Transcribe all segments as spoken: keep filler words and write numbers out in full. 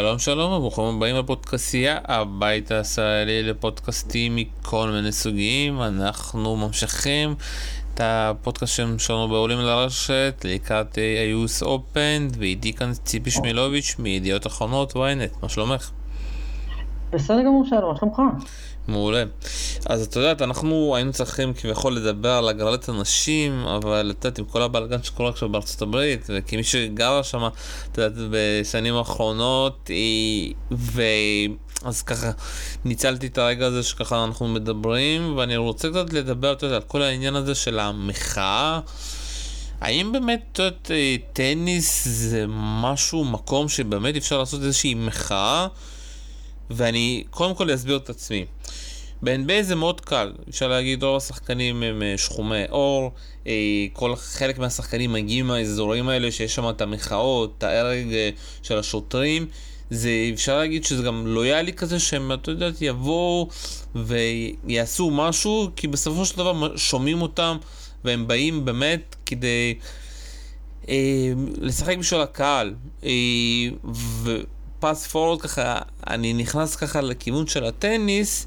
שלום שלום וברוכים הבאים לפודקאסטייה, הבית הישראלי לפודקאסטים מכל מיני סוגים. אנחנו ממשיכים את הפודקאסט שלנו בעולים לרשת לקראת ה-יו אס Open, ואיתי כאן ציפי שמילוביץ' מידיעות אחרונות ynet. מה שלומך? בסדר גמור שלום, מה שלומך? מעולה. אז את יודעת, אנחנו היינו צריכים כביכול לדבר על הגרלת הנשים, אבל את יודעת, עם כל הבלגן שקורה עכשיו בארצות הברית, וכמי שגרה שם, את יודעת, בשנים האחרונות, היא... ו... אז ככה, ניצלתי את הרגע הזה שככה אנחנו מדברים, ואני רוצה קצת לדבר, את יודעת, על כל העניין הזה של המחאה. האם באמת, את יודעת, טניס זה משהו, מקום שבאמת אפשר לעשות איזושהי מחאה? ואני קודם כל אסביר את עצמי. ב-אן בי איי זה מאוד קל, אפשר להגיד רוב השחקנים הם שחומי עור, כל חלק מהשחקנים מגיעים מהאזורים האלה שיש שם את המחאות, את ההרג של השוטרים. זה אפשר להגיד שזה גם לויאלי כזה שהם, אתה יודעת, יבואו ויעשו משהו, כי בסופו של דבר שומעים אותם והם באים באמת כדי אה, לשחק בשביל הקהל. אה, ו... פאס פורוד ככה, אני נכנס ככה לכיוון של הטניס.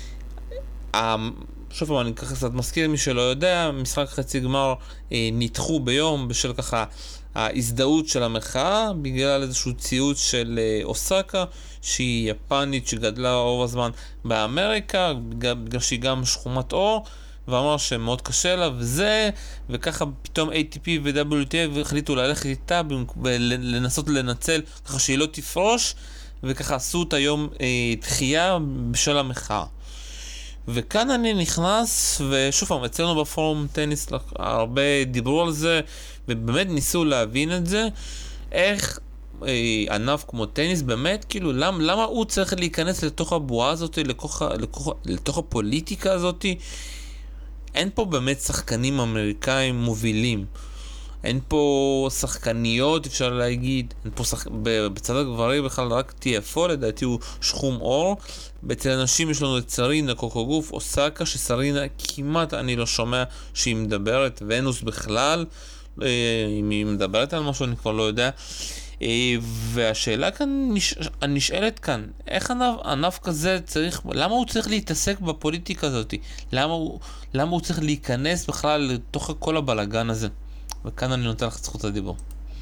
שוב פעם, אני ככה קצת מזכיר מי שלא יודע, משחק חצי גמר אה, נדחו ביום בשל ככה ההזדהות של המחאה, בגלל איזשהו ציוץ של אה, אוסקה, שהיא יפנית שגדלה רוב הזמן באמריקה, בגלל, בגלל שהיא גם שחומת אור, ואמר שמאוד קשה לה וזה, וככה פתאום איי טי פי ו-דאבליו טי איי החליטו ללכת איתה ולנסות לנצל ככה שהיא לא תפרוש, וככה עשו את היום אה, דחייה בשל המחאה. וכאן אני נכנס, ושוב פעם, אצלנו בפורום טניס הרבה דיברו על זה, ובאמת ניסו להבין את זה, איך אה, ענף כמו טניס, באמת, כאילו, למ, למה הוא צריך להיכנס לתוך הבועה הזאת, לתוך, לתוך, לתוך הפוליטיקה הזאת? אין פה באמת שחקנים אמריקאים מובילים, אין פה שחקניות, אפשר להגיד, אין פה שח... בצד הגברים בכלל רק טי אף או, לדעתי הוא שחום אור. בצד הנשים יש לנו את סרינה קוקוגוף, אוסקה, שסרינה כמעט אני לא שומע שהיא מדברת, ונוס בכלל, אם היא מדברת על משהו אני כבר לא יודע. והשאלה כאן נש... הנשאלת כאן, איך ענף, ענף כזה צריך, למה הוא צריך להתעסק בפוליטיקה הזאת? למה הוא, למה הוא צריך להיכנס בכלל לתוך כל הבלגן הזה? וכאן אני נותן לך את זכות הדיבור.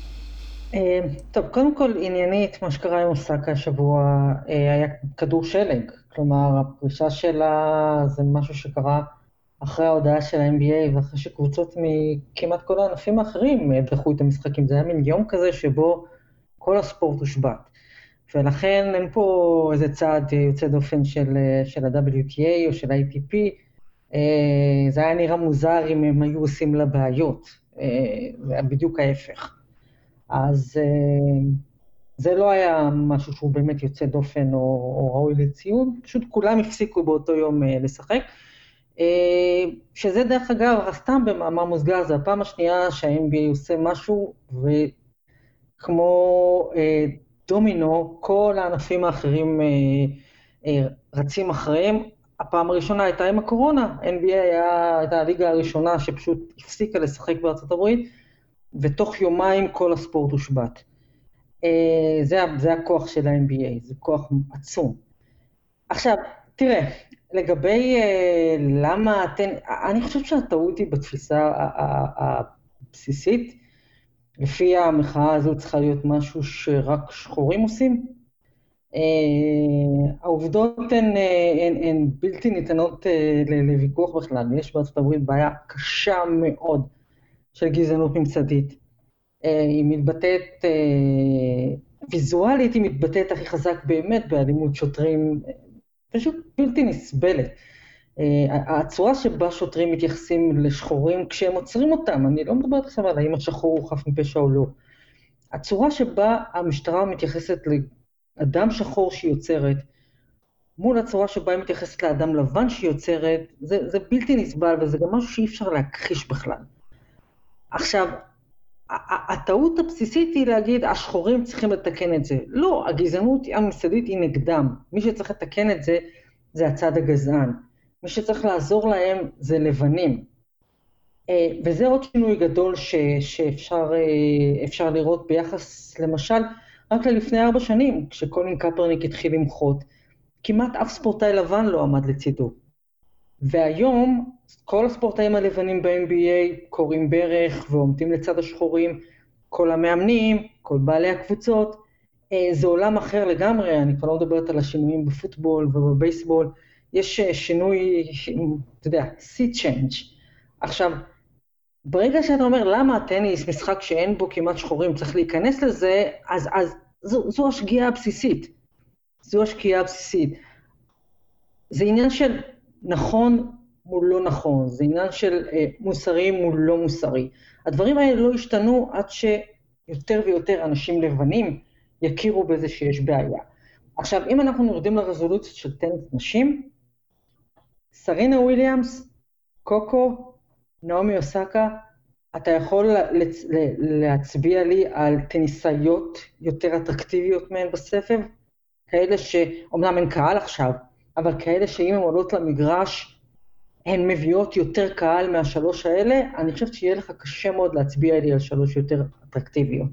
טוב, קודם כל עניינית, מה שקרה עם אוסקה השבוע היה כדור שלג, כלומר הפרישה שלה זה משהו שקרה אחרי ההודעה של ה-אן בי איי, ואחרי שקבוצות מכמעט כל הענפים האחרים דחו את המשחקים. זה היה מין יום כזה שבו כל הספורט הושבת, ולכן אין פה איזה צעד יוצא דופן של, של ה-דאבליו טי איי או של ה-איי טי פי. זה היה נראה מוזר אם הם היו עושים לה בעיות, זה היה בדיוק ההפך. אז זה לא היה משהו שהוא באמת יוצא דופן או, או ראוי לציון, פשוט כולם הפסיקו באותו יום לשחק, שזה דרך אגב, סתם במאמר מוסגר, זה הפעם השנייה שה-אן בי איי עושה משהו, וכמו דומינו, כל הענפים האחרים רצים אחריהם. הפעם הראשונה הייתה עם הקורונה, אן בי איי היה, הייתה הליגה הראשונה שפשוט הפסיקה לשחק בארצות הברית, ותוך יומיים כל הספורט הושבת. זה, זה הכוח של ה-אן בי איי, זה כוח עצום. עכשיו, תראה, לגבי למה אתן, אני חושב שהטעות היא בתפיסה הבסיסית, לפי המחאה הזו צריכה להיות משהו שרק שחורים עושים. העובדות הן, הן, הן בלתי ניתנות לוויכוח בכלל. יש בארצות הברית בעיה קשה מאוד של גזענות ממסדית. היא מתבטאת, ויזואלית היא מתבטאת הכי חזק באמת באלימות שוטרים, פשוט בלתי נסבלת. הצורה שבה שוטרים מתייחסים לשחורים כשהם עוצרים אותם, אני לא מדברת עכשיו על האם השחור הוא חף מפשע או לא. הצורה שבה המשטרה מתייחסת לאדם שחור שהיא יוצרת, מול הצורה שבה היא מתייחסת לאדם לבן שהיא יוצרת, זה, זה בלתי נסבל, וזה גם משהו שאי אפשר להכחיש בכלל. עכשיו, הטעות הבסיסית היא להגיד, השחורים צריכים לתקן את זה. לא, הגזענות הממסדית היא נגדם. מי שצריך לתקן את זה, זה הצד הגזען. מי שצריך לעזור להם זה לבנים. וזה עוד שינוי גדול ש, שאפשר אפשר לראות ביחס, למשל, רק לפני ארבע שנים, כשקולין קפרניק התחיל למחות, כמעט אף ספורטאי לבן לא עמד לצידו. והיום, כל הספורטאים הלבנים ב-אן בי איי קוראים ברך ועומדים לצד השחורים, כל המאמנים, כל בעלי הקבוצות, זה עולם אחר לגמרי, אני כבר לא מדברת על השינויים בפוטבול ובבייסבול, יש שינוי, אתה יודע, sea change. עכשיו, ברגע שאתה אומר למה הטניס, משחק שאין בו כמעט שחורים, צריך להיכנס לזה, אז, אז זו, זו השגיאה הבסיסית. זו השגיאה הבסיסית. זה עניין של נכון מול לא נכון, זה עניין של אה, מוסרי מול לא מוסרי. הדברים האלה לא השתנו עד שיותר ויותר אנשים לבנים יכירו בזה שיש בעיה. עכשיו, אם אנחנו נורדים לרזולוציות של טניס נשים, סרינה וויליאמס, קוקו, נעמי אוסקה, אתה יכול להצביע לי על טניסאיות יותר אטרקטיביות מהן בסבב, כאלה שאומנם הן קהל עכשיו, אבל כאלה שאם הן עולות למגרש, הן מביאות יותר קהל מהשלוש האלה, אני חושבת שיהיה לך קשה מאוד להצביע לי על שלוש יותר אטרקטיביות.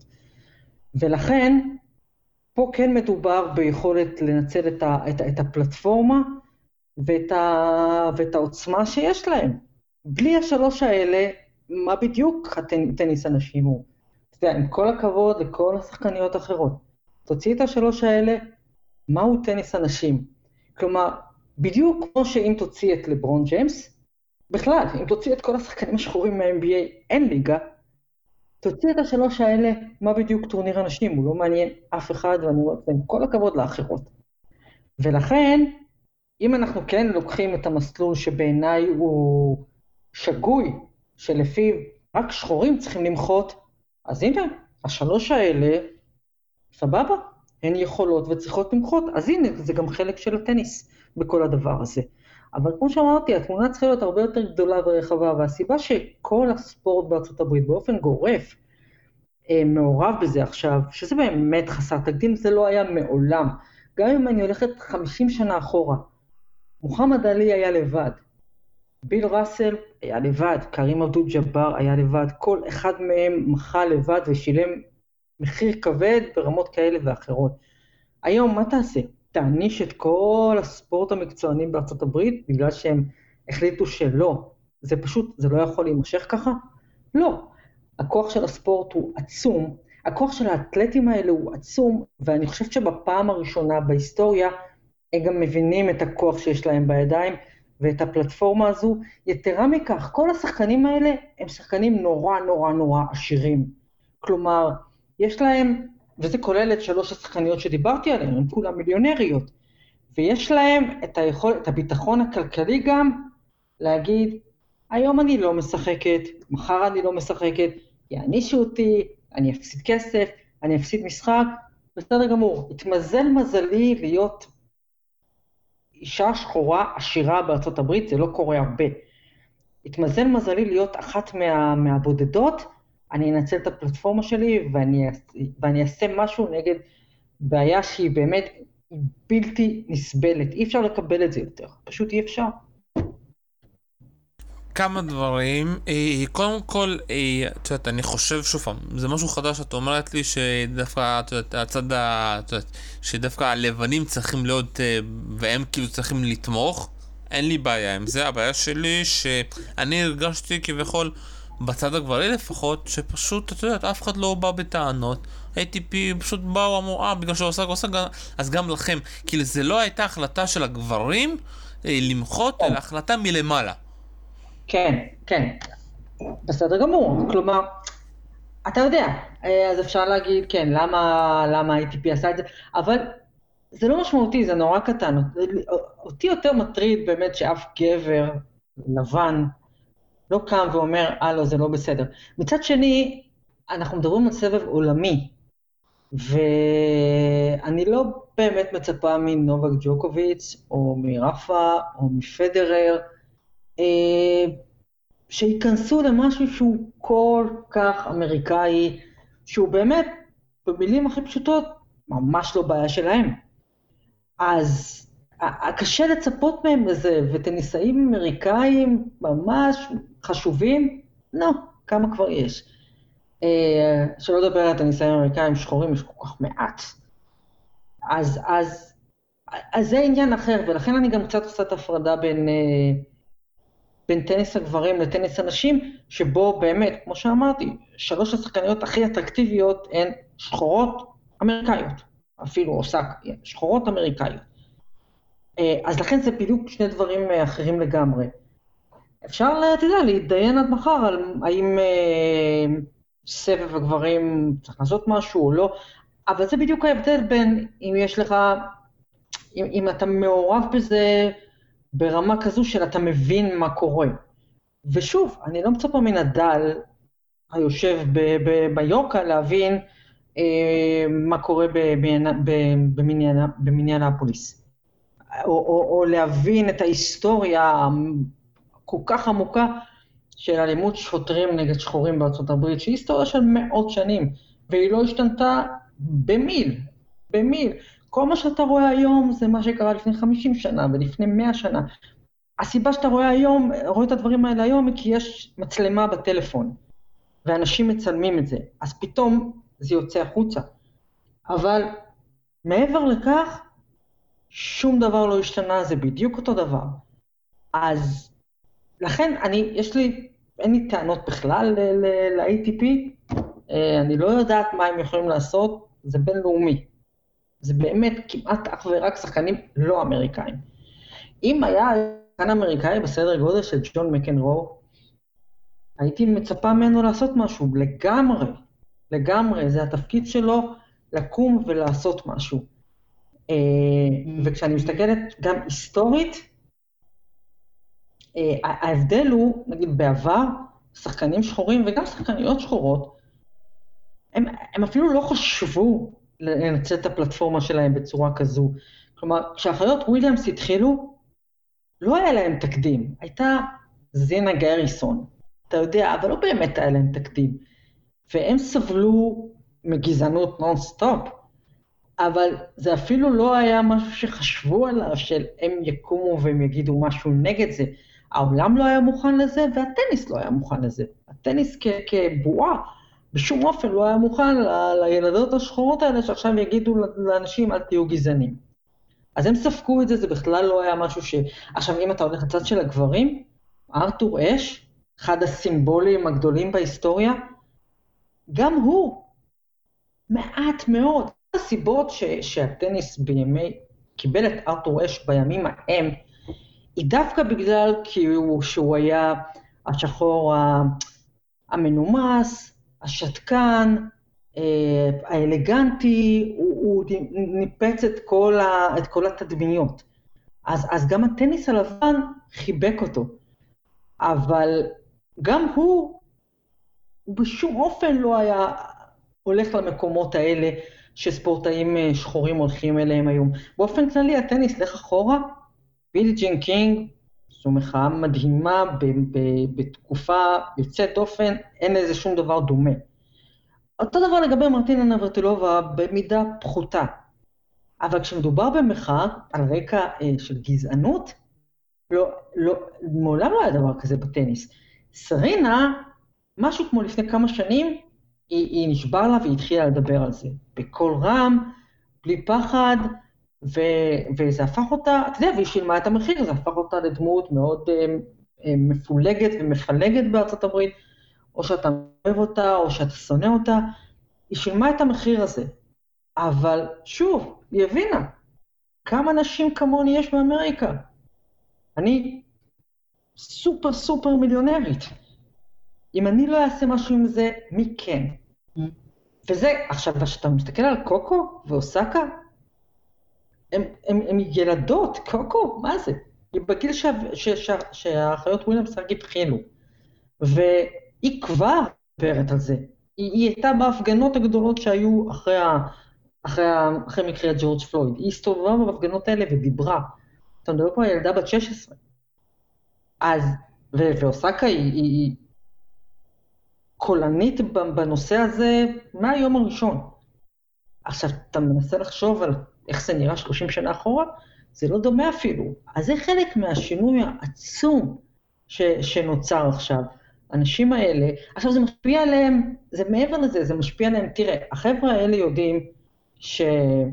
ולכן, פה כן מדובר ביכולת לנצל את, ה, את, את הפלטפורמה ואת, ה, ואת העוצמה שיש להם. בלי השלוש האלה, מה בדיוק הטניס הנשים הוא? אתה יודע, עם כל הכבוד לכל השחקניות האחרות, תוציא את השלוש האלה, מהו טניס הנשים? כלומר, בדיוק כמו שאם תוציא את לברון ג'יימס, בכלל, אם תוציא את כל השחקנים השחורים מה-אן בי איי, אין ליגה, תוציא את השלוש האלה, מה בדיוק טורניר הנשים? הוא לא מעניין אף אחד, ואני אומר, עם כל הכבוד לאחרות. ולכן, אם אנחנו כן לוקחים את המסלול שבעיניי הוא שגוי, שלפיו רק שחורים צריכים למחות, אז הנה, השלוש האלה, סבבה, הן יכולות וצריכות למחות, אז הנה, זה גם חלק של הטניס בכל הדבר הזה. אבל כמו שאמרתי, התמונה צריכה להיות הרבה יותר גדולה ורחבה, והסיבה שכל הספורט בארצות הברית באופן גורף מעורב בזה עכשיו, שזה באמת חסר תקדים, זה לא היה מעולם. גם אם אני הולכת חמישים שנה אחורה, מוחמד עלי היה לבד, ביל ראסל היה לבד, קרים אבדול ג'אבר היה לבד, כל אחד מהם מחה לבד ושילם מחיר כבד ברמות כאלה ואחרות. היום מה תעשה? תעניש את כל הספורט המקצוענים בארצות הברית, בגלל שהם החליטו שלא, זה פשוט, זה לא יכול להימשך ככה? לא. הכוח של הספורט הוא עצום, הכוח של האתלטים האלה הוא עצום, ואני חושבת שבפעם הראשונה בהיסטוריה, הם גם מבינים את הכוח שיש להם בידיים, ואת הפלטפורמה הזו. יתרה מכך, כל השחקנים האלה הם שחקנים נורא נורא נורא עשירים. כלומר, יש להם, וזה כולל את שלוש השחקניות שדיברתי עליהן, הן כולן מיליונריות, ויש להם את היכול, את הביטחון הכלכלי גם, להגיד, היום אני לא משחקת, מחר אני לא משחקת, יענישו אותי, אני אפסיד כסף, אני אפסיד משחק, בסדר גמור. התמזל מזלי להיות אישה שחורה עשירה בארצות הברית, זה לא קורה הרבה. התמזל מזלי להיות אחת מה, מהבודדות, אני אנצל את הפלטפורמה שלי ואני, ואני אעשה משהו נגד בעיה שהיא באמת בלתי נסבלת. אי אפשר לקבל את זה יותר, פשוט אי אפשר. כמה דברים, קודם כל, את יודעת, אני חושב שוב פעם, זה משהו חדש, את אומרת לי שדווקא, את יודעת, הצד, את יודעת, שדווקא הלבנים צריכים להיות, והם כאילו צריכים לתמוך, אין לי בעיה עם זה. הבעיה שלי שאני הרגשתי כביכול בצד הגברי לפחות, שפשוט, את יודעת, אף אחד לא בא בטענות, איי טי פי פשוט באו, אמרו, אה, בגלל שהוא עושה, עושה, אז גם לכם, כאילו זה לא הייתה החלטה של הגברים למחות, אלא החלטה מלמעלה. כן, כן, בסדר גמור, כלומר, אתה יודע, אז אפשר להגיד, כן, למה, למה ה-איי טי פי עשה את זה, אבל זה לא משמעותי, זה נורא קטן, אותי יותר מטריד באמת שאף גבר לבן לא קם ואומר, אה לא, זה לא בסדר. מצד שני, אנחנו מדברים על סבב עולמי, ואני לא באמת מצפה מנובק ג'וקוביץ, או מרפה, או מפדרר, שיכנסו למשהו שהוא כל כך אמריקאי, שהוא באמת, במילים הכי פשוטות, ממש לא בעיה שלהם. אז קשה לצפות מהם לזה, וטניסאים אמריקאים ממש חשובים, לא, כמה כבר יש. אה, שלא לדבר על הטניסאים האמריקאים שחורים, יש כל כך מעט. אז, אז, אז זה עניין אחר, ולכן אני גם קצת עושה את הפרדה בין, אה, בין טניס הגברים לטניס הנשים, שבו באמת, כמו שאמרתי, שלוש השחקניות הכי אטרקטיביות הן שחורות אמריקאיות, אפילו אוסק, שחורות אמריקאיות. אה, אז לכן זה בדיוק שני דברים אה, אחרים לגמרי. אפשר, אתה יודע, להתדיין עד מחר על האם אה, סבב הגברים צריך לעשות משהו או לא, אבל זה בדיוק ההבדל בין אם יש לך, אם, אם אתה מעורב בזה ברמה כזו של אתה מבין מה קורה. ושוב, אני לא מצפה מנדל היושב ב- ב- ביורקה להבין אה, מה קורה במיניאנפוליס, או, או, או להבין את ההיסטוריה כל כך עמוקה של אלימות שוטרים נגד שחורים בארצות הברית, שהיא היסטוריה של מאות שנים, והיא לא השתנתה במיל, במיל. כל מה שאתה רואה היום זה מה שקרה לפני חמישים שנה ולפני מאה שנה. הסיבה שאתה רואה היום, רואה את הדברים האלה היום, היא כי יש מצלמה בטלפון, ואנשים מצלמים את זה, אז פתאום זה יוצא החוצה. אבל מעבר לכך, שום דבר לא השתנה, זה בדיוק אותו דבר. אז לכן אני, יש לי, אין לי טענות בכלל ל-איי טי פי, אני לא יודעת מה הם יכולים לעשות, זה בינלאומי. זה באמת כמעט אך ורק שחקנים לא אמריקאים. אם היה שחקן אמריקאי בסדר גודל של ג'ון מקנרו, הייתי מצפה ממנו לעשות משהו, לגמרי, לגמרי, זה התפקיד שלו לקום ולעשות משהו. וכשאני מסתכלת גם היסטורית, ההבדל הוא, נגיד בעבר, שחקנים שחורים וגם שחקניות שחורות, הם, הם אפילו לא חשבו לנצל את הפלטפורמה שלהם בצורה כזו. כלומר, כשהאחיות וויליאמס התחילו, לא היה להם תקדים. הייתה זינה גריסון, אתה יודע, אבל לא באמת היה להם תקדים. והם סבלו מגזענות נון-סטופ, אבל זה אפילו לא היה משהו שחשבו עליו, של הם יקומו והם יגידו משהו נגד זה. העולם לא היה מוכן לזה, והטניס לא היה מוכן לזה. הטניס כ- כבועה, בשום אופן לא היה מוכן ל- לילדות השחורות האלה, שעכשיו יגידו לאנשים, אל תהיו גזענים. אז הם ספקו את זה, זה בכלל לא היה משהו ש... עכשיו, אם אתה הולך לצד של הגברים, ארתור אש, אחד הסימבולים הגדולים בהיסטוריה, גם הוא, מעט מאוד. הסיבות ש- שהטניס בימי, קיבל את ארתור אש בימים ההם, היא דווקא בגלל שהוא, שהוא היה השחור המנומס, השתקן, האלגנטי, הוא, הוא ניפץ את כל, ה, את כל התדמיות. אז, אז גם הטניס הלבן חיבק אותו. אבל גם הוא, הוא בשום אופן לא היה הולך למקומות האלה שספורטאים שחורים הולכים אליהם היום. באופן כללי, הטניס, לך אחורה, בילי ג'ין קינג, זו מחאה מדהימה ב- ב- בתקופה יוצאת דופן, אין לזה שום דבר דומה. אותו דבר לגבי מרטינה נברטילובה במידה פחותה. אבל כשמדובר במחאה על רקע אה, של גזענות, לא, לא, מעולם לא היה דבר כזה בטניס. סרינה, משהו כמו לפני כמה שנים, היא, היא נשבר לה והיא התחילה לדבר על זה. בקול רם, בלי פחד, ו, וזה הפך אותה, אתה יודע, והיא שילמה את המחיר, זה הפך אותה לדמות מאוד אה, אה, מפולגת ומפלגת בארצות הברית, או שאתה אוהב אותה, או שאתה שונא אותה, היא שילמה את המחיר הזה. אבל שוב, היא הבינה, כמה נשים כמוני יש באמריקה. אני סופר סופר מיליונרית. אם אני לא אעשה משהו עם זה, מי כן? וזה, עכשיו, כשאתה מסתכל על קוקו ואוסקה, הם, הם, הם ילדות, קוקו, מה זה? היא בגיל שה, ש, ש, שהאחיות וויליאמס רק התחילו. והיא כבר מדברת על זה. היא, היא הייתה בהפגנות הגדולות שהיו אחרי, ה, אחרי, ה, אחרי מקרה ג'ורג' פלויד. היא הסתובבה בהפגנות האלה ודיברה. אתה מדבר פה על ילדה בת שש עשרה. אז, ו, ואוסקה היא, היא, היא קולנית בנושא הזה מהיום הראשון. עכשיו, אתה מנסה לחשוב על איך זה נראה שלושים שנה אחורה, זה לא דומה אפילו. אז זה חלק מהשינוי העצום ש, שנוצר עכשיו. האנשים האלה, עכשיו זה משפיע עליהם, זה מעבר לזה, זה משפיע עליהם, תראה, החבר'ה האלה יודעים שלא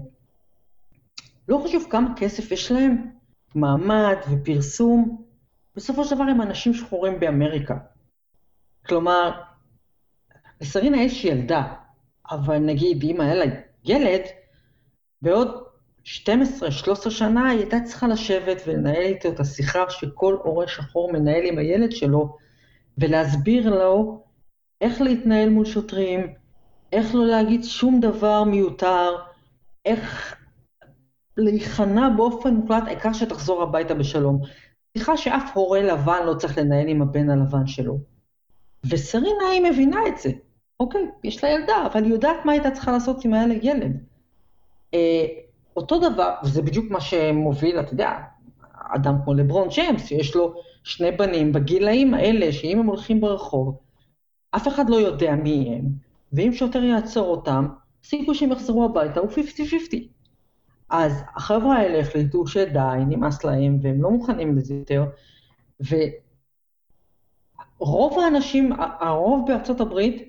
חשוב כמה כסף יש להם, מעמד ופרסום, בסופו של דבר הם אנשים שחורים באמריקה. כלומר, לסרינה יש ילדה, אבל נגיד אם היה לה ילד, בעוד שתים עשרה שלוש עשרה שנה היא הייתה צריכה לשבת ולנהל איתו את השיחה שכל הורה שחור מנהל עם הילד שלו, ולהסביר לו איך להתנהל מול שוטרים, איך לא להגיד שום דבר מיותר, איך להיכנע באופן מוחלט, העיקר שתחזור הביתה בשלום. שיחה שאף הורה לבן לא צריך לנהל עם הבן הלבן שלו. וסרינה היא מבינה את זה. אוקיי, יש לה ילדה, אבל היא יודעת מה הייתה צריכה לעשות עם הילד ילד. אה, אותו דבר, וזה בדיוק מה שמוביל, אתה יודע, אדם כמו לברון ג'יימס, יש לו שני בנים בגילאים האלה, שאם הם הולכים ברחוב, אף אחד לא יודע מי הם, ואם שוטר יעצור אותם, סיכוי שהם יחזרו הביתה הוא חמישים חמישים. אז החבר'ה האלה החליטו שדי, נמאס להם, והם לא מוכנים לזה יותר, ורוב האנשים, הרוב בארצות הברית,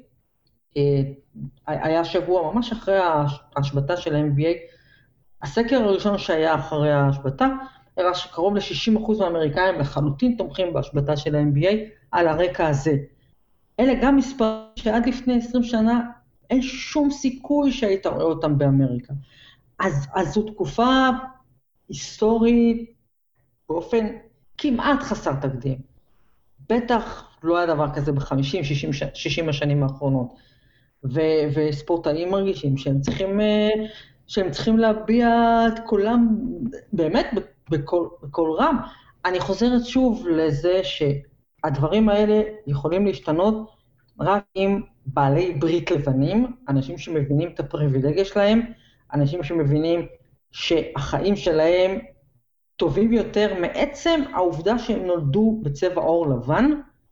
היה שבוע ממש אחרי ההשבתה של ה-אן בי איי, הסקר הראשון שהיה אחרי ההשבתה, הראה שקרוב ל-שישים אחוז מהאמריקאים לחלוטין תומכים בהשבתה של ה-אן בי איי על הרקע הזה. אלה גם מספר שעד לפני עשרים שנה אין שום סיכוי שהיית רואה אותם באמריקה. אז, אז זו תקופה היסטורית באופן כמעט חסר תקדים. בטח לא היה דבר כזה ב-חמישים שישים השנים האחרונות. ו- וספורטאים מרגישים שהם צריכים, שהם צריכים להביע את קולם באמת בכל, בכל רם. אני חוזרת שוב לזה שהדברים האלה יכולים להשתנות רק עם בעלי ברית לבנים, אנשים שמבינים את הפריבילגיה שלהם, אנשים שמבינים שהחיים שלהם טובים יותר מעצם העובדה שהם נולדו בצבע עור לבן.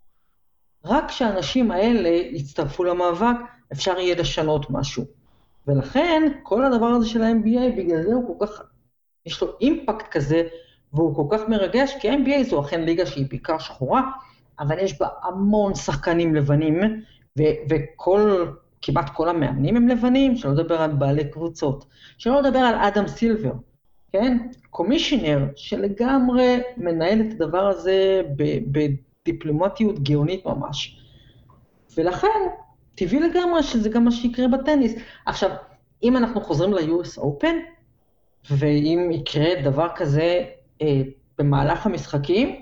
רק כשהאנשים האלה יצטרפו למאבק, אפשר יהיה לשנות משהו. ולכן, כל הדבר הזה של ה-אן בי איי, בגלל זה הוא כל כך, יש לו אימפקט כזה, והוא כל כך מרגש, כי ה-אן בי איי זו אכן ליגה שהיא בעיקר שחורה, אבל יש בה המון שחקנים לבנים, ו- וכל, כמעט כל המאמנים הם לבנים, שלא לדבר על בעלי קבוצות, שלא לדבר על אדם סילבר, כן? קומישיונר שלגמרי מנהל את הדבר הזה בדיפלומטיות גאונית ממש. ולכן, טבעי לגמרי שזה גם מה שיקרה בטניס. עכשיו, אם אנחנו חוזרים ל-יו אס Open, ואם יקרה דבר כזה אה, במהלך המשחקים,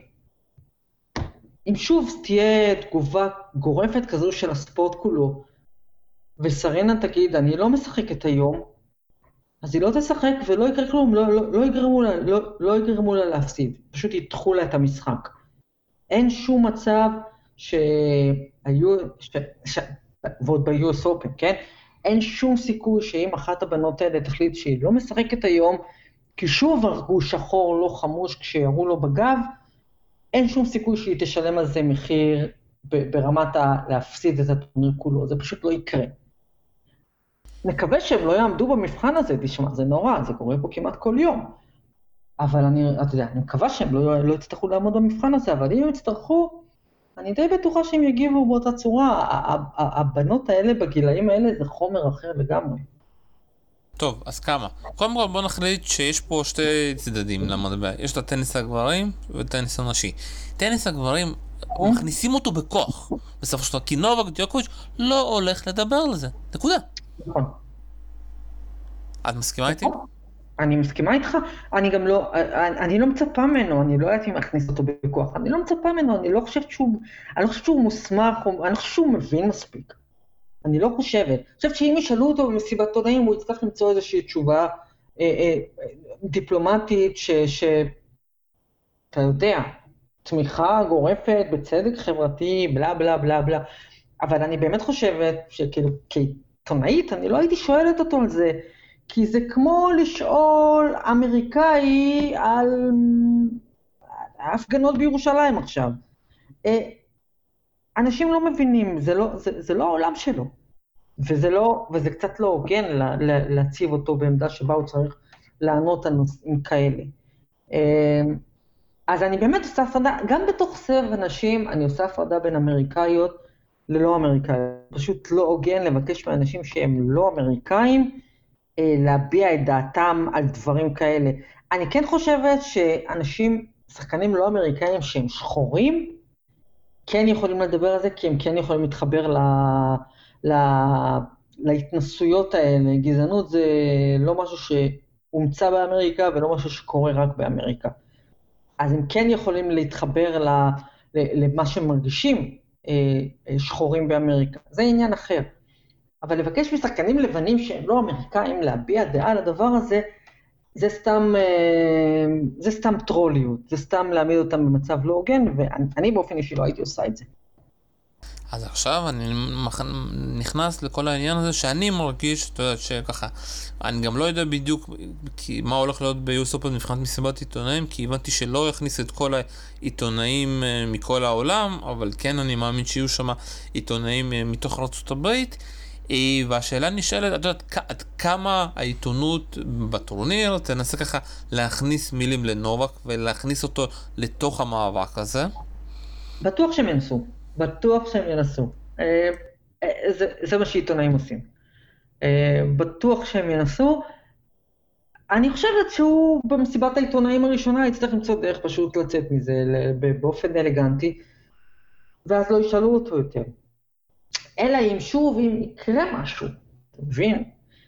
אם שוב תהיה תגובה גורפת כזו של הספורט כולו, וסרינה תגיד, אני לא משחקת היום, אז היא לא תשחק ולא יקרה כלום, לא, לא, לא, יגרמו לה, לא, לא יגרמו לה להפסיד, פשוט יתחו לה את המשחק. אין שום מצב שהיו, ש, ש, ועוד ב-יו אס Open, כן? אין שום סיכוי שאם אחת הבנות האלה תחליט שהיא לא משחקת היום, כי שוב הרגו שחור לא חמוש כשירו לו בגב, אין שום סיכוי שהיא תשלם על זה מחיר ברמת ה- להפסיד את הטורניר כולו, זה פשוט לא יקרה. נקווה שהם לא יעמדו במבחן הזה, תשמע, זה נורא, זה קורה פה כמעט כל יום. אבל אני, אתה יודע, אני מקווה שהם לא, לא יצטרכו לעמוד במבחן הזה, אבל אם הם יצטרכו, אני די בטוחה שהם יגיבו באותה צורה. הבנות האלה בגילאים האלה זה חומר אחר לגמרי. טוב, אז כמה? קודם כל בוא נחליט שיש פה שתי צדדים למטבע. יש את הטניס הגברים וטניס הנשי. טניס הגברים מכניסים אותו בכוח. בסופו של דבר, כי נובק דיוקוביץ' לא הולך לדבר על זה. נקודה. נכון. את מסכימה איתי? אני מסכימה איתך, אני גם לא, אני, אני לא מצפה ממנו, אני לא יודעת אם אכניס אותו בכוח, אני לא מצפה ממנו, אני לא חושבת שהוא, אני לא חושבת שהוא מוסמך, אני לא חושבת שהוא מבין מספיק. אני לא חושבת. אני חושבת שאם ישאלו אותו במסיבת עיתונאים, הוא יצטרך למצוא איזושהי תשובה אה, אה, דיפלומטית, ש, ש... אתה יודע, תמיכה גורפת בצדק חברתי, בלה בלה בלה בלה. אבל אני באמת חושבת שכאילו, כעיתונאית, אני לא הייתי שואלת אותו על זה, כי זה כמו לשאול אמריקאי על ההפגנות בירושלים עכשיו. אנשים לא מבינים, זה לא, זה, זה לא העולם שלו. וזה לא, וזה קצת לא הוגן לה, לה, להציב אותו בעמדה שבה הוא צריך לענות על נושאים כאלה. אז אני באמת עושה הפרדה, גם בתוך סבב אנשים, אני עושה הפרדה בין אמריקאיות ללא אמריקאיות. פשוט לא הוגן לבקש מאנשים שהם לא אמריקאים, אה, להביע את דעתם על דברים כאלה. אני כן חושבת שאנשים, שחקנים לא אמריקאים שהם שחורים, כן יכולים לדבר על זה, כי הם כן יכולים להתחבר ל, ל, להתנסויות האלה. גזענות זה לא משהו שהומצא באמריקה, ולא משהו שקורה רק באמריקה. אז הם כן יכולים להתחבר ל, ל, למה שהם מרגישים אה, שחורים באמריקה. זה עניין אחר. אבל לבקש משחקנים לבנים שהם לא אמריקאים להביע דעה על הדבר הזה, זה סתם, זה סתם טרוליות, זה סתם להעמיד אותם במצב לא הוגן, ואני באופן אישי לא הייתי עושה את זה. אז עכשיו אני נכנס לכל העניין הזה שאני מרגיש, אתה יודע, שככה, אני גם לא יודע בדיוק כי מה הולך להיות ביוסופ מבחינת מסיבת עיתונאים, כי הבנתי שלא יכניס את כל העיתונאים מכל העולם, אבל כן אני מאמין שיהיו שם עיתונאים מתוך ארצות הברית, והשאלה נשאלת, את יודעת, עד כמה העיתונות בטורניר תנסה ככה להכניס מילים לנובק ולהכניס אותו לתוך המאבק הזה? בטוח שהם ינסו, בטוח שהם ינסו. זה, זה מה שעיתונאים עושים. בטוח שהם ינסו. אני חושבת שהוא במסיבת העיתונאים הראשונה יצטרך למצוא דרך פשוט לצאת מזה באופן אלגנטי, ואז לא ישאלו אותו יותר. אלא אם שוב, אם יקרה משהו, אתה מבין?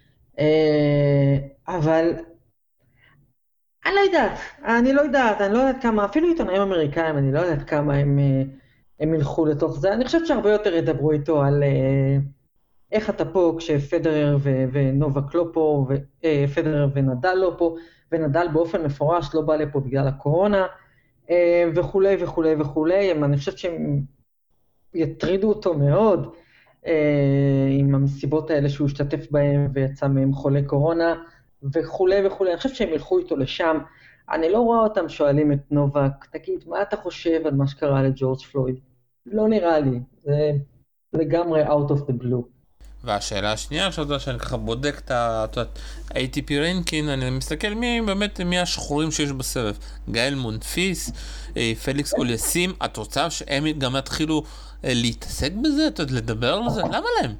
אבל אני לא יודעת, אני לא יודעת, אני לא יודעת כמה, אפילו עיתונאים אמריקאים, אני לא יודעת כמה הם, הם ילכו לתוך זה. אני חושבת שהרבה יותר ידברו איתו על איך אתה פה כשפדרר ו- ונובק לא פה, ופדרר ונדל לא פה, ונדל באופן מפורש לא בא לפה בגלל הקורונה, וכולי וכולי וכולי. אני חושבת שהם יטרידו אותו מאוד, עם המסיבות האלה שהוא השתתף בהם ויצא מהם חולה קורונה וכולי וכולי. אני חושבת שהם ילכו איתו לשם. אני לא רואה אותם שואלים את נובק, תגיד, מה אתה חושב על מה שקרה לג'ורג' פלויד? לא נראה לי, זה לגמרי out of the blue. והשאלה השנייה, שאתה שאני ככה בודק את ה-A T P רנקין, אני מסתכל מי באמת, מי השחורים שיש בסבב. גאל מונפיס, פליקס אוליאסים, את רוצה שהם גם יתחילו להתעסק בזה, לדבר על זה? למה להם?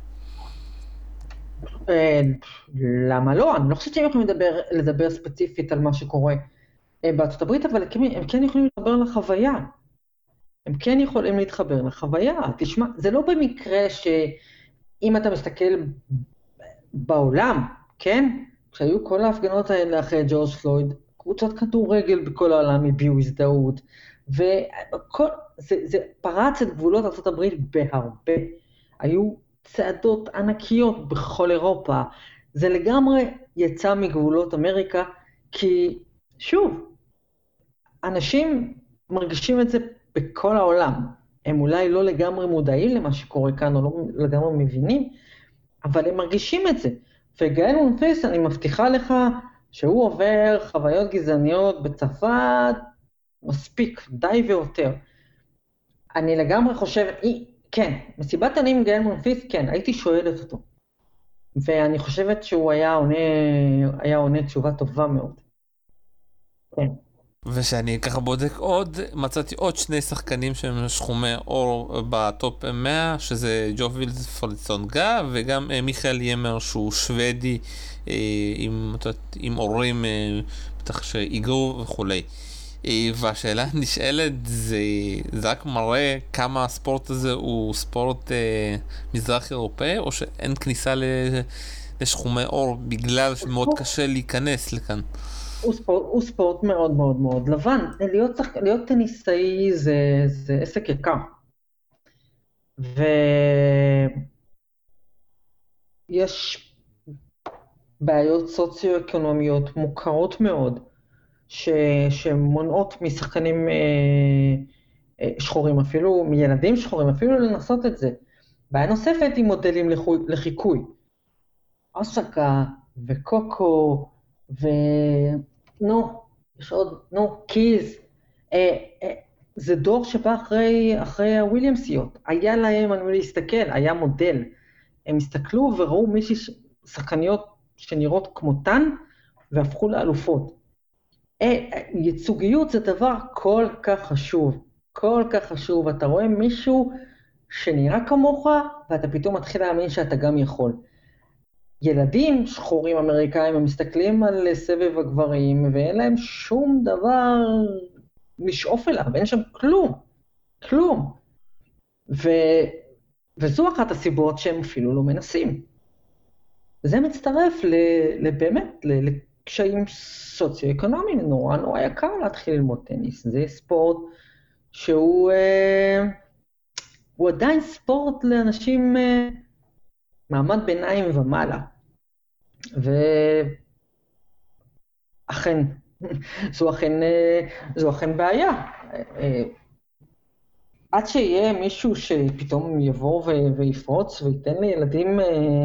למה לא? אני לא חושבת שהם יכולים לדבר, לדבר ספציפית על מה שקורה בארצות הברית, אבל הם כן יכולים לדבר לחוויה. הם כן יכולים להתחבר לחוויה. תשמע, זה לא במקרה שאם אתה מסתכל בעולם, כן? כשהיו כל ההפגנות האלה אחרי ג'ורג' פלויד, קבוצות כדורגל בכל העולם הביעו הזדהות, וכל, זה, זה פרץ את גבולות ארצות הברית בהרבה. היו צעדות ענקיות בכל אירופה. זה לגמרי יצא מגבולות אמריקה, כי שוב, אנשים מרגישים את זה בכל העולם. הם אולי לא לגמרי מודעים למה שקורה כאן, או לא לגמרי מבינים, אבל הם מרגישים את זה. וגאל מונפיס, אני מבטיחה לך שהוא עובר חוויות גזעניות בצרפת, מספיק, די ויותר. אני לגמרי חושבת, כן, מסיבת עניים עם גאל מונפיס, כן, הייתי שואלת אותו. ואני חושבת שהוא היה עונה, היה עונה תשובה טובה מאוד. כן. ושאני ככה בודק עוד, מצאתי עוד שני שחקנים שהם שחומי אור בטופ מאה, שזה ג'וביל פוליצונגה, וגם מיכאל ימר שהוא שוודי, עם, עם אורים בטח שהיגרו וכולי. והשאלה נשאלת, זה, זה רק מראה כמה הספורט הזה הוא ספורט אה, מזרח אירופאי, או שאין כניסה לשחומי אור בגלל שמאוד קשה להיכנס לכאן? הוא ספורט, הוא ספורט מאוד מאוד מאוד לבן. להיות, להיות טניסאי זה, זה עסק יקר. ויש בעיות סוציו-אקונומיות מוכרות מאוד, ש, שמונעות משחקנים אה, אה, שחורים, אפילו מילדים שחורים, אפילו לנסות את זה. בעיה נוספת היא מודלים לחוי, לחיקוי. אוסקה וקוקו ו... נו, יש עוד, נו, קיז. אה, אה, זה דור שבא אחרי, אחרי הוויליאמסיות. היה להם, אני אומר להסתכל, היה מודל. הם הסתכלו וראו מישהי שחקניות שנראות כמותן, והפכו לאלופות. ייצוגיות זה דבר כל כך חשוב, כל כך חשוב. אתה רואה מישהו שנראה כמוך, ואתה פתאום מתחיל להאמין שאתה גם יכול. ילדים שחורים אמריקאים, הם מסתכלים על סבב הגברים, ואין להם שום דבר לשאוף אליו, אין שם כלום, כלום. ו... וזו אחת הסיבות שהם אפילו לא מנסים. זה מצטרף לבאמת, לקשיים סוציו-אקונומיים, נורא נורא יקר להתחיל ללמוד טניס. זה ספורט שהוא הוא עדיין ספורט לאנשים מעמד ביניים ומעלה. ואכן, זו אכן, זו אכן בעיה. עד שיהיה מישהו שפתאום יבוא ויפרוץ וייתן לילדים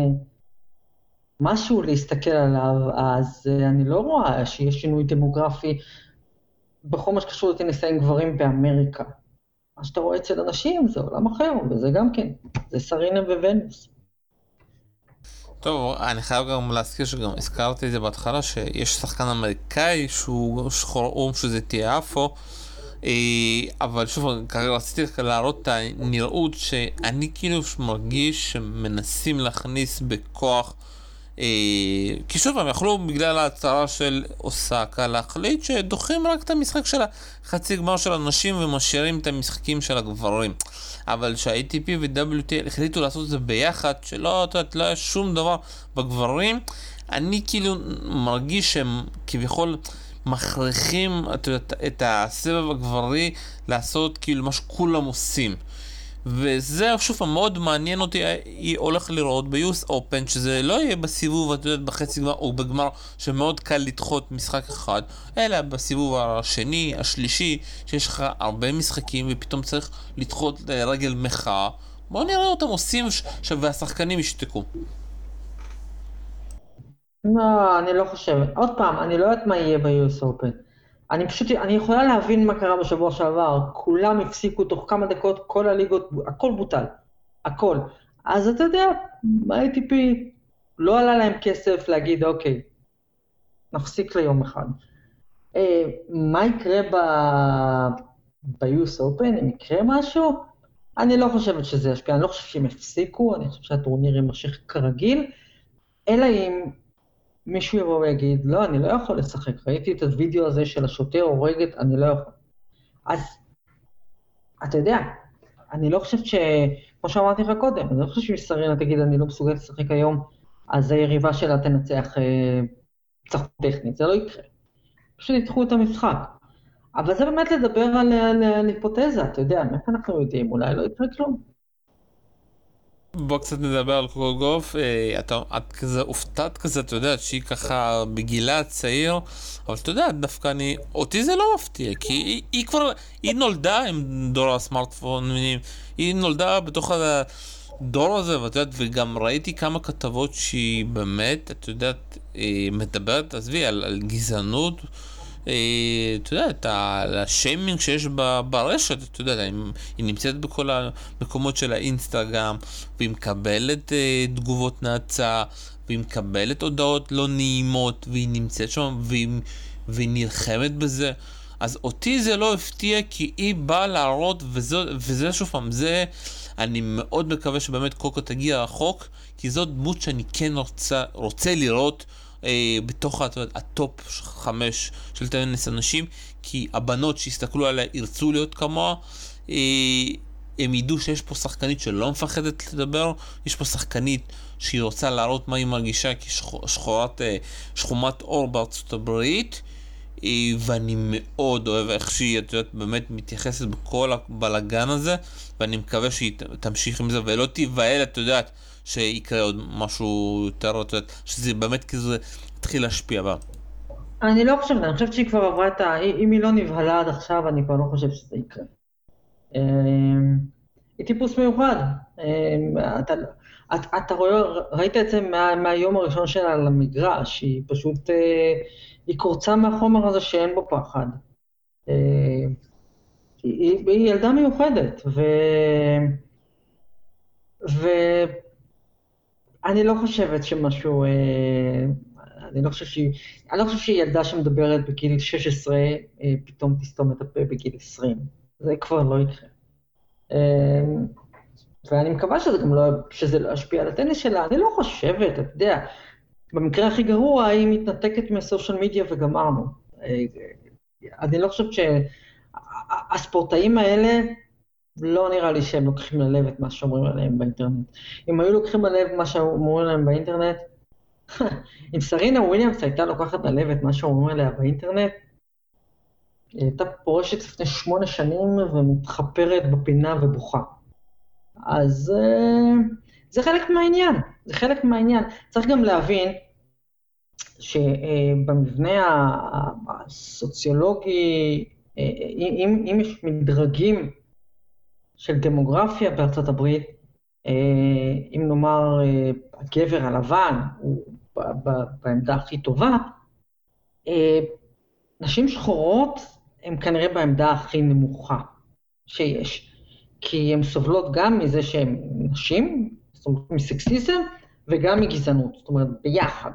משהו להסתכל עליו, אז אני לא רואה שיש שינוי דמוגרפי בכל מה שקשור לטניסאים גברים באמריקה. מה שאתה רואה אצל אנשים זה עולם אחר, וזה גם כן, זה סרינה וונוס. טוב, אני חייב גם להזכיר שגם הזכרתי את זה בהתחלה, שיש שחקן אמריקאי שהוא שחור אום שזה תיאפו, אבל שוב, כרגע רציתי להראות את הנראות שאני כאילו מרגיש שמנסים להכניס בכוח, כי שוב, הם יכלו בגלל ההצהרה של אוסקה להחליט שדוחים רק את המשחק של החצי גמר של הנשים ומשאירים את המשחקים של הגברים, אבל שה-איי טי פי ו-דאבליו טי אל החליטו לעשות את זה ביחד, שלא יודעת, לא היה שום דבר בגברים. אני כאילו מרגיש שהם כביכול מכריחים את, את הסבב הגברי לעשות כאילו מה שכולם עושים, וזה שוב מאוד מעניין אותי. היא הולך לראות ביוס אופן שזה לא יהיה בסיבוב, את יודעת, בחצי גמר או בגמר שמאוד קל לדחות משחק אחד, אלא בסיבוב השני, השלישי, שיש לך הרבה משחקים ופתאום צריך לדחות רגל מחאה. בואו נראה אותם עושים והשחקנים ישתקו. לא, אני לא חושבת. עוד פעם, אני לא יודעת מה יהיה ב-יו אס Open. אני פשוט, אני יכולה להבין מה קרה בשבוע שעבר. כולם הפסיקו תוך כמה דקות, כל הליגות, הכל בוטל. הכל. אז אתה יודע, ה-איי טי פי לא עלה להם כסף להגיד, אוקיי, נפסיק ליום אחד. אה, מה יקרה ב-יו אס Open? אם יקרה משהו? אני לא חושבת שזה ישפיע. אני לא חושב שהם הפסיקו, אני חושב שהטורניר יימשך כרגיל, אלא אם מישהו יבוא ויגיד, לא, אני לא יכול לשחק, ראיתי את הוידאו הזה של השוטר הורגת, אני לא יכול. אז, אתה יודע, אני לא חושבת ש... כמו שאמרתי לך קודם, אני לא חושבת שסרינה תגיד, אני לא מסוגלת לשחק היום, אז היריבה שלה תנצח אה, צחוק טכנית, זה לא יקרה. פשוט יתחו את המשחק. אבל זה באמת לדבר על, על, על היפותזה, אתה יודע, מאיפה אנחנו יודעים, אולי לא יקרה כלום. בוא קצת נדבר על קוקו גוף. אתה, את כזה הופתעת כזה, אתה יודע, שהיא ככה בגילה צעיר, אבל אתה יודע, דווקא אני, אותי זה לא מפתיע, כי היא, היא כבר, היא נולדה עם דור הסמארטפונים, היא נולדה בתוך הדור הזה, ואת יודעת, וגם ראיתי כמה כתבות שהיא באמת, את יודעת, מדברת, עזבי, על, על גזענות, אתה יודע, את השיימינג שיש ברשת, אתה יודע, היא נמצאת בכל המקומות של האינסטגרם, והיא מקבלת תגובות נאצה, והיא מקבלת הודעות לא נעימות, והיא נמצאת שם, והיא נלחמת בזה. אז אותי זה לא הפתיע, כי היא באה להראות, וזה שוב פעם, זה, אני מאוד מקווה שבאמת קוקו תגיע רחוק, כי זאת דמות שאני כן רוצה, רוצה לראות, אה, בתוך הטופ חמש של טניס אנשים, כי הבנות שהסתכלו עליה ירצו להיות כמוה, אה, הם ידעו שיש פה שחקנית שלא מפחדת לדבר, יש פה שחקנית שהיא רוצה להראות מה היא מרגישה כשחורת אה, שחומת אור בארצות הברית, אה, ואני מאוד אוהב איך שהיא, את יודעת, באמת מתייחסת בכל הבלגן הזה, ואני מקווה שהיא תמשיך עם זה ולא תיבהל, את יודעת, שיקרה עוד משהו יותר, שזה באמת כזה התחיל להשפיע בה. אני לא חושבת, אני חושבת שהיא כבר עברה את ה... אם היא לא נבהלה עד עכשיו, אני כבר לא חושב שזה יקרה. היא טיפוס מיוחד. אתה, אתה רואה, ראית את זה מה, מהיום הראשון שלה על המגרש, היא פשוט, היא קורצה מהחומר הזה שאין בו פחד. היא, היא ילדה מיוחדת, ו... ו... אני לא חושבת שמשהו, אני לא חושב שהיא, אני לא חושב שהיא ילדה שמדברת בגיל שש עשרה, פתאום תסתום את הפה בגיל עשרים. זה כבר לא יקרה. ואני מקווה שזה גם לא, שזה לא ישפיע על הטניס שלה. אני לא חושבת, אתה יודע, במקרה הכי גרוע היא מתנתקת מהסושיאל מדיה וגמרנו. אני לא חושבת שהספורטאים האלה, לא נראה לי שהם לוקחים ללב את מה שאומרים עליהם באינטרנט. אם היו לוקחים ללב מה שאומרים עליהם באינטרנט, אם סרינה וויליאמס הייתה לוקחת ללב את מה שאומרים עליה באינטרנט, היא הייתה פורשת לפני שמונה שנים ומתחפרת בפינה ובוכה. אז זה חלק מהעניין, זה חלק מהעניין. צריך גם להבין שבמבנה הסוציולוגי, אם, אם יש מדרגים של דמוגרפיה בארצות הברית, אם נאמר הגבר הלבן הוא בעמדה הכי טובה, נשים שחורות הן כנראה בעמדה הכי נמוכה שיש. כי הן סובלות גם מזה שהן נשים, סובלות מסקסיזם, וגם מגזענות, זאת אומרת, ביחד.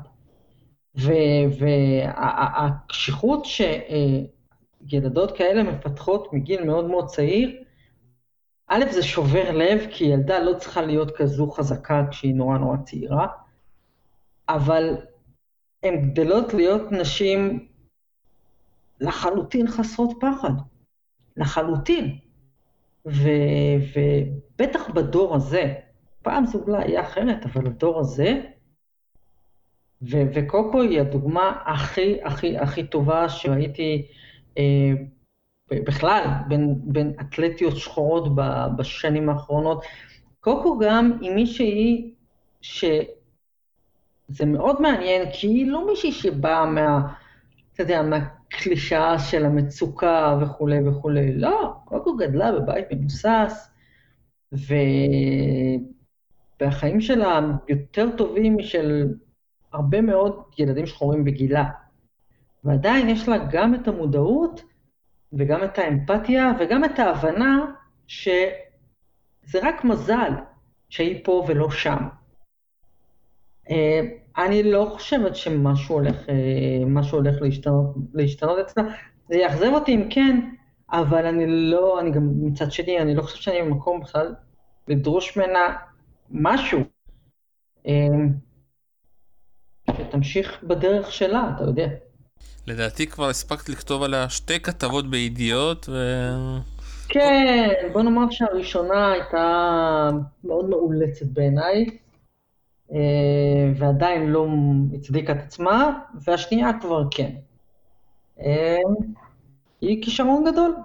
והקשיחות שילדות כאלה מפתחות מגיל מאוד מאוד צעיר, א', זה שובר לב, כי ילדה לא צריכה להיות כזו חזקה כשהיא נורא נורא צעירה, אבל הן גדלות להיות נשים לחלוטין חסרות פחד, לחלוטין. ו- ובטח בדור הזה, פעם זה אולי היה אחרת, אבל הדור הזה, ו- וקוקו היא הדוגמה הכי הכי הכי טובה שראיתי אה, בכלל, בין, בין אתלטיות שחורות ב- בשנים האחרונות. קוקו גם היא מישהי שזה מאוד מעניין, כי היא לא מישהי שבאה מה, אתה יודע, מהקלישה של המצוקה וכו' וכו'. לא, קוקו גדלה בבית ממוסס, והחיים שלה יותר טובים משל הרבה מאוד ילדים שחורים בגילה. ועדיין יש לה גם את המודעות, וגם את האמפתיה, וגם את ההבנה שזה רק מזל שהיא פה ולא שם. אני לא חושבת שמשהו הולך, משהו הולך להשתנות, להשתנות אצלה. זה יאכזב אותי אם כן, אבל אני לא, אני גם מצד שני, אני לא חושב שאני במקום בכלל לדרוש ממנה משהו. שתמשיך בדרך שלה, אתה יודע. לדעתי כבר הספקת לכתוב עליה שתי כתבות בידיעות ו... כן, בוא נאמר שהראשונה הייתה מאוד מאולצת בעיניי, ועדיין לא הצדיקה את עצמה, והשנייה כבר כן. היא כישרון גדול.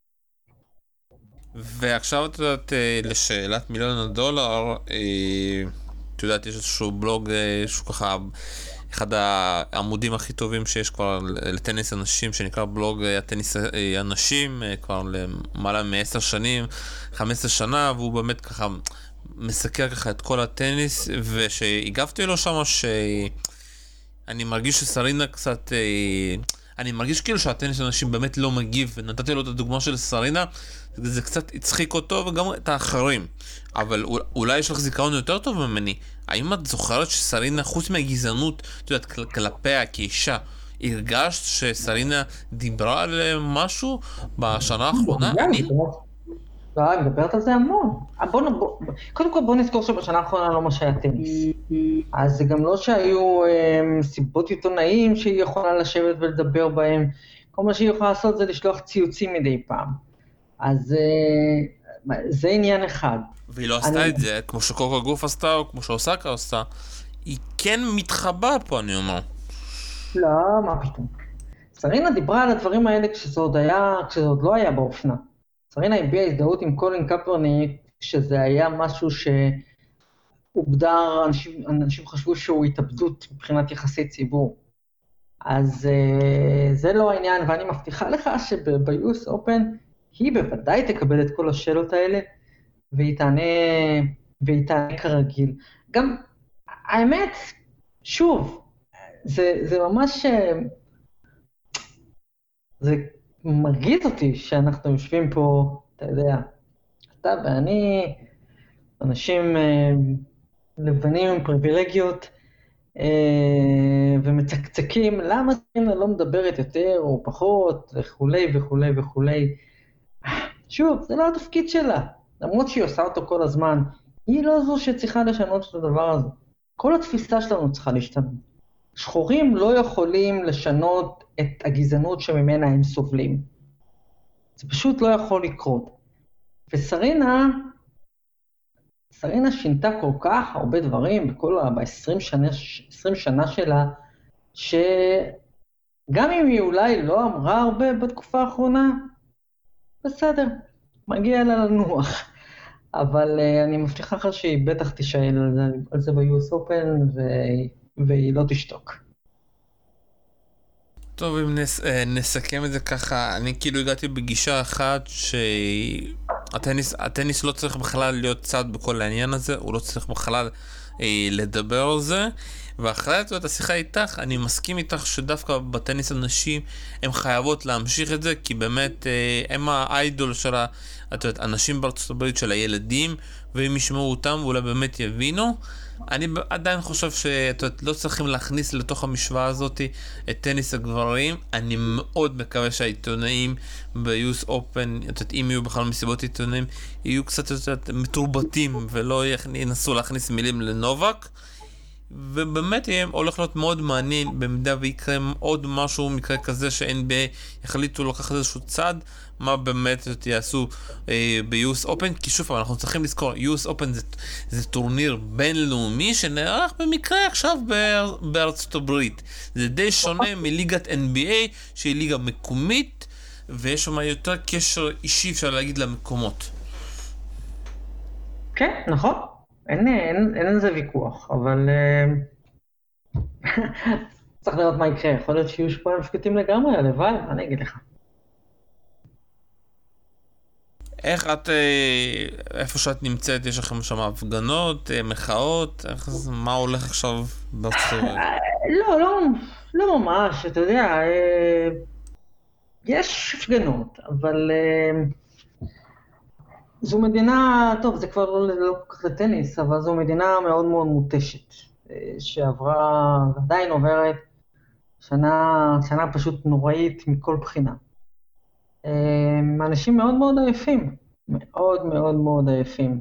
ועכשיו את יודעת, לשאלת מיליון הדולר, את יודעת, יש איזשהו בלוג שהוא ככה אחד העמודים הכי טובים שיש כבר לטניס אנשים, שנקרא בלוג הטניס אנשים, כבר למעלה מעשר שנים, חמש עשרה שנה, והוא באמת ככה מסקר ככה את כל הטניס, ושהגבתי לו שם שאני מרגיש שסרינה קצת, אני מרגיש כאילו שהטניס אנשים באמת לא מגיב, ונתתי לו את הדוגמה של סרינה, זה קצת הצחיק אותו וגם את האחרים, אבל אולי יש לך זיכרון יותר טוב ממני. האם את זוכרת שסרינה, חוץ מהגזענות, את יודעת, כלפיה כאישה, הרגשת שסרינה דיברה על משהו בשנה האחרונה? אני? לא, אני מדברת על זה המון. קודם כל בוא נזכור שבשנה האחרונה לא מה שהיה טניס. אז זה גם לא שהיו סיבות עיתונאים שהיא יכולה לשבת ולדבר בהם. כל מה שהיא יכולה לעשות זה לשלוח ציוצים מדי פעם. אז זה עניין אחד. והיא לא עשתה את זה, כמו שקוקו גוף עשתה, או כמו שאוסקה עשתה. היא כן מתחבא פה, אני אומר. לא, מה פתאום. סרינה דיברה על הדברים האלה כשזה עוד היה, כשזה עוד לא היה באופנה. סרינה הביעה הזדהות עם קולין קפרניק, שזה היה משהו שהוגדר, אנשים, אנשים חשבו שהוא התאבדות מבחינת יחסי ציבור. אז זה לא העניין, ואני מבטיחה לך שב-יו אס Open היא בוודאי תקבל את כל השאלות האלה, והיא תענה, והיא תענה כרגיל. גם, האמת, שוב, זה, זה ממש, זה מרגיז אותי שאנחנו יושבים פה, אתה יודע, אתה ואני, אנשים לבנים עם פריבילגיות, אה, ומצקצקים למה סרינה לא מדברת יותר או פחות וכולי וכולי וכולי. שוב, זה לא התפקיד שלה, למרות שהיא עושה אותו כל הזמן, היא לא זו שצריכה לשנות את הדבר הזה. כל התפיסה שלנו צריכה להשתנות. שחורים לא יכולים לשנות את הגזענות שממנה הם סובלים. זה פשוט לא יכול לקרות. וסרינה, סרינה שינתה כל כך הרבה דברים בכל ב-עשרים שנה, עשרים שנה שלה, שגם אם היא אולי לא אמרה הרבה בתקופה האחרונה, בסדר, מגיע לה לנוח. אבל uh, אני מבטיחה לך שהיא בטח תישאל על זה, על זה ב-יו אס Open ו- והיא לא תשתוק. טוב, אם נס, אה, נסכם את זה ככה, אני כאילו הגעתי בגישה אחת שהטניס הטניס לא צריך בכלל להיות צד בכל העניין הזה, הוא לא צריך בכלל אה, לדבר על זה, ואחרי את השיחה איתך, אני מסכים איתך שדווקא בטניס הנשים הן חייבות להמשיך את זה, כי באמת אה, הם האיידול של ה- את יודעת, אנשים בארצות הברית, של הילדים, והם ישמעו אותם ואולי באמת יבינו. אני ב- עדיין חושב שלא צריכים להכניס לתוך המשוואה הזאת את טניס הגברים. אני מאוד מקווה שהעיתונאים ב-יו אס Open, את יודעת, אם יהיו בכלל מסיבות עיתונאים, יהיו קצת יותר מתורבתים ולא יכ- ינסו להכניס מילים לנובק. ובאמת יהיה הולך להיות מאוד מעניין במידה ויקרה עוד משהו, מקרה כזה ש-אן בי איי יחליטו לקחת איזשהו צד, מה באמת יעשו אה, ב-יו אס Open, כי שוב אנחנו צריכים לזכור, יו אס Open זה, זה טורניר בינלאומי שנערך במקרה עכשיו באר, בארצות הברית. זה די שונה מליגת אן בי איי שהיא ליגה מקומית, ויש שם יותר קשר אישי, אפשר להגיד, למקומות. כן, נכון. אין, אין, אין על זה ויכוח, אבל uh, צריך לראות מה יקרה. יכול להיות שיהיו שפועים שקטים לגמרי, הלוואי, מה אני אגיד לך? איך את, אה, איפה שאת נמצאת, יש לכם שם הפגנות, אה, מחאות, איך, זה- מה הולך עכשיו בארצות הברית? לא, לא, לא ממש, אתה יודע, אה, יש הפגנות, אבל אה, זו מדינה, טוב, זה כבר לא, לא כל כך לטניס, אבל זו מדינה מאוד מאוד מותשת, אה, שעברה, ועדיין עוברת, שנה, שנה פשוט נוראית מכל בחינה. אה, אנשים מאוד מאוד עייפים, מאוד מאוד מאוד עייפים,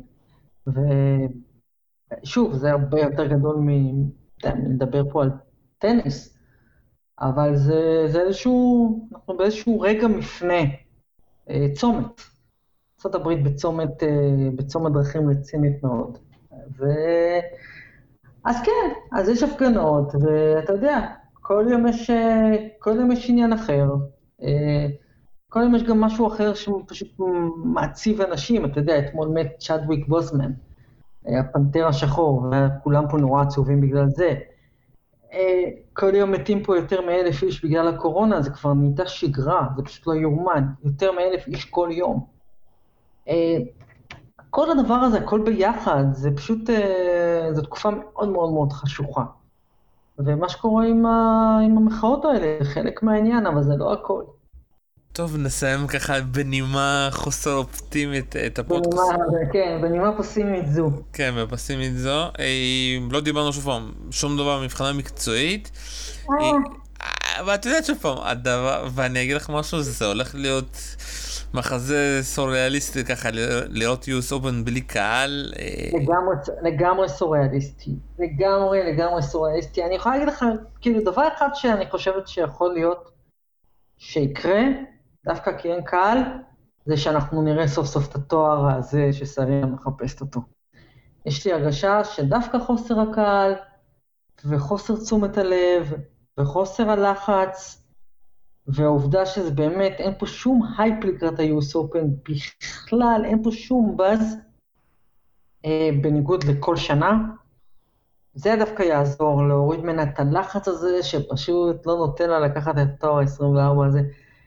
ושוב, זה הרבה יותר גדול מ... אתה יודע, נדבר פה על טניס, אבל זה, זה איזשהו, אנחנו באיזשהו רגע מפנה, אה, צומת. ארצות הברית בצומת, אה, בצומת דרכים רצינית מאוד. ו... אז כן, אז יש הפגנות, ואתה יודע, כל יום יש, אה, כל יום יש עניין אחר. אה, כל יום יש גם משהו אחר שפשוט מעציב אנשים. אתה יודע, אתמול מת צ'אדוויק בוזמן, אה, הפנתר השחור, וכולם פה נורא עצובים בגלל זה. אה, כל יום מתים פה יותר מאלף איש בגלל הקורונה, זה כבר נהייתה שגרה, זה פשוט לא יאומן, יותר מאלף איש כל יום. אה, כל הדבר הזה, הכל ביחד, זה פשוט, אה, זו תקופה מאוד מאוד מאוד חשוכה. ומה שקורה עם, ה, עם המחאות האלה, זה חלק מהעניין, אבל זה לא הכל. טוב, נסיים ככה בנימה חוסר אופטימית את בנימה, הפודקאסט. כן, בנימה פסימית זו. כן, בפסימית זו. אה, לא דיברנו שוב פעם, שום דבר מבחינה מקצועית. אה, אה, ואת יודעת שוב פעם, הדבר, ואני אגיד לך משהו, זה הולך להיות מחזה סוריאליסטי ככה, ל- לראות יו אס Open בלי קהל. אה, לגמרי, לגמרי סוריאליסטי. לגמרי, לגמרי סוריאליסטי. אני יכולה להגיד לך, כאילו, דבר אחד שאני חושבת שיכול להיות שיקרה, דווקא כי אין קהל, זה שאנחנו נראה סוף סוף את התואר הזה שסרינה מחפשת אותו. יש לי הרגשה שדווקא חוסר הקהל, וחוסר תשומת הלב, וחוסר הלחץ, והעובדה שזה באמת, אין פה שום הייפ לקראת ה-יו אס Open, בכלל אין פה שום באז, אה, בניגוד לכל שנה, זה דווקא יעזור להוריד ממנה את הלחץ הזה, שפשוט לא נותן לה לקחת את התואר ה-עשרים וארבע הזה,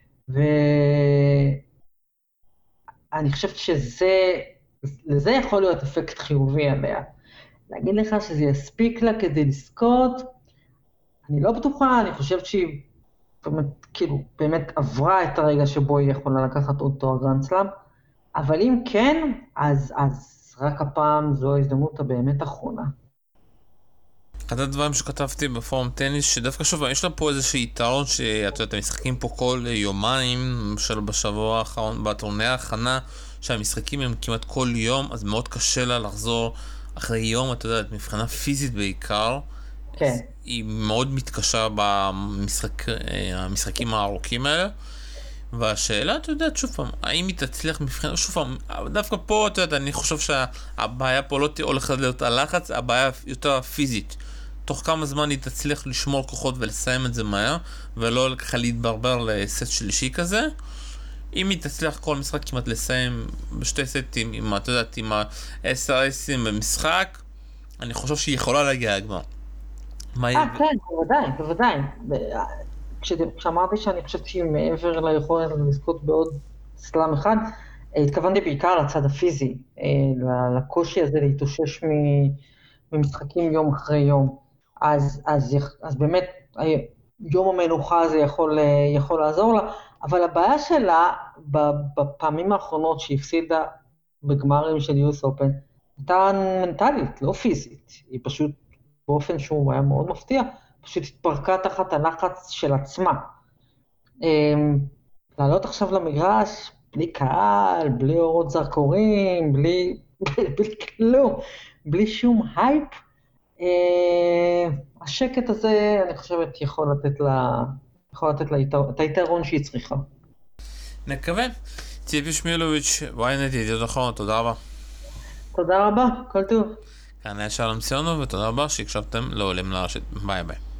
ואני חושבת שזה, לזה יכול להיות אפקט חיובי עליה. להגיד לך שזה יספיק לה כדי לזכות, אני לא בטוחה, אני חושבת שהיא באמת, כאילו, באמת עברה את הרגע שבו היא יכולה לקחת עוד תואר גרנד סלאם, אבל אם כן, אז, אז רק הפעם זו ההזדמנות הבאמת אחרונה. אחד הדברים שכתבתי בפורום טניס, שדווקא שוב, יש לה פה איזשהו יתרון שאתם יודעת, משחקים פה כל יומיים, למשל בשבוע האחרון, בטורניר ההכנה, שהמשחקים הם כמעט כל יום, אז מאוד קשה לה לחזור אחרי יום, אתה יודעת, מבחינה פיזית בעיקר. כן. היא מאוד מתקשה במשחק, המשחקים הארוכים האלה. והשאלה, אתה יודעת, שוב פעם, האם היא תצליח מבחינה, שוב פעם, דווקא פה, אתה יודעת, אני חושב שהבעיה פה לא תהיה הולכת להיות הלחץ, הבעיה יותר פיזית. תוך כמה זמן היא תצליח לשמור כוחות ולסיים את זה מהר, ולא ככה להתברבר לסט שלישי כזה. אם היא תצליח כל משחק כמעט לסיים בשתי סטים, עם, אתה יודעת, עם ה-עשר אסים במשחק, אני חושב שהיא יכולה להגיע לגמר. אה, כן, בוודאי, בוודאי. כשאמרתי שאני חושבת שהיא מעבר ליכולת לזכות בעוד סלאם אחד, התכוונתי בעיקר לצד הפיזי, לקושי הזה להתאושש ממשחקים יום אחרי יום. אז, אז, אז באמת, יום המנוחה הזה יכול, יכול לעזור לה, אבל הבעיה שלה, בפעמים האחרונות שהיא הפסידה בגמרים של יו אס Open, הייתה מנטלית, לא פיזית. היא פשוט, באופן שהוא היה מאוד מפתיע, פשוט התפרקה תחת הלחץ של עצמה. לעלות עכשיו למגרש, בלי קהל, בלי אורות זרקורים, בלי, בלי כלום, בלי שום הייפ, השקט הזה, אני חושבת, יכול לתת לה, יכול לתת לה את היתרון שהיא צריכה. נקווה. ציפי שמילוביץ', ynet ידיעות אחרונות, תודה רבה. תודה רבה, כל טוב. כאן היה שלום ציונו, ותודה רבה שהקשבתם לעולים לרשת. ביי ביי.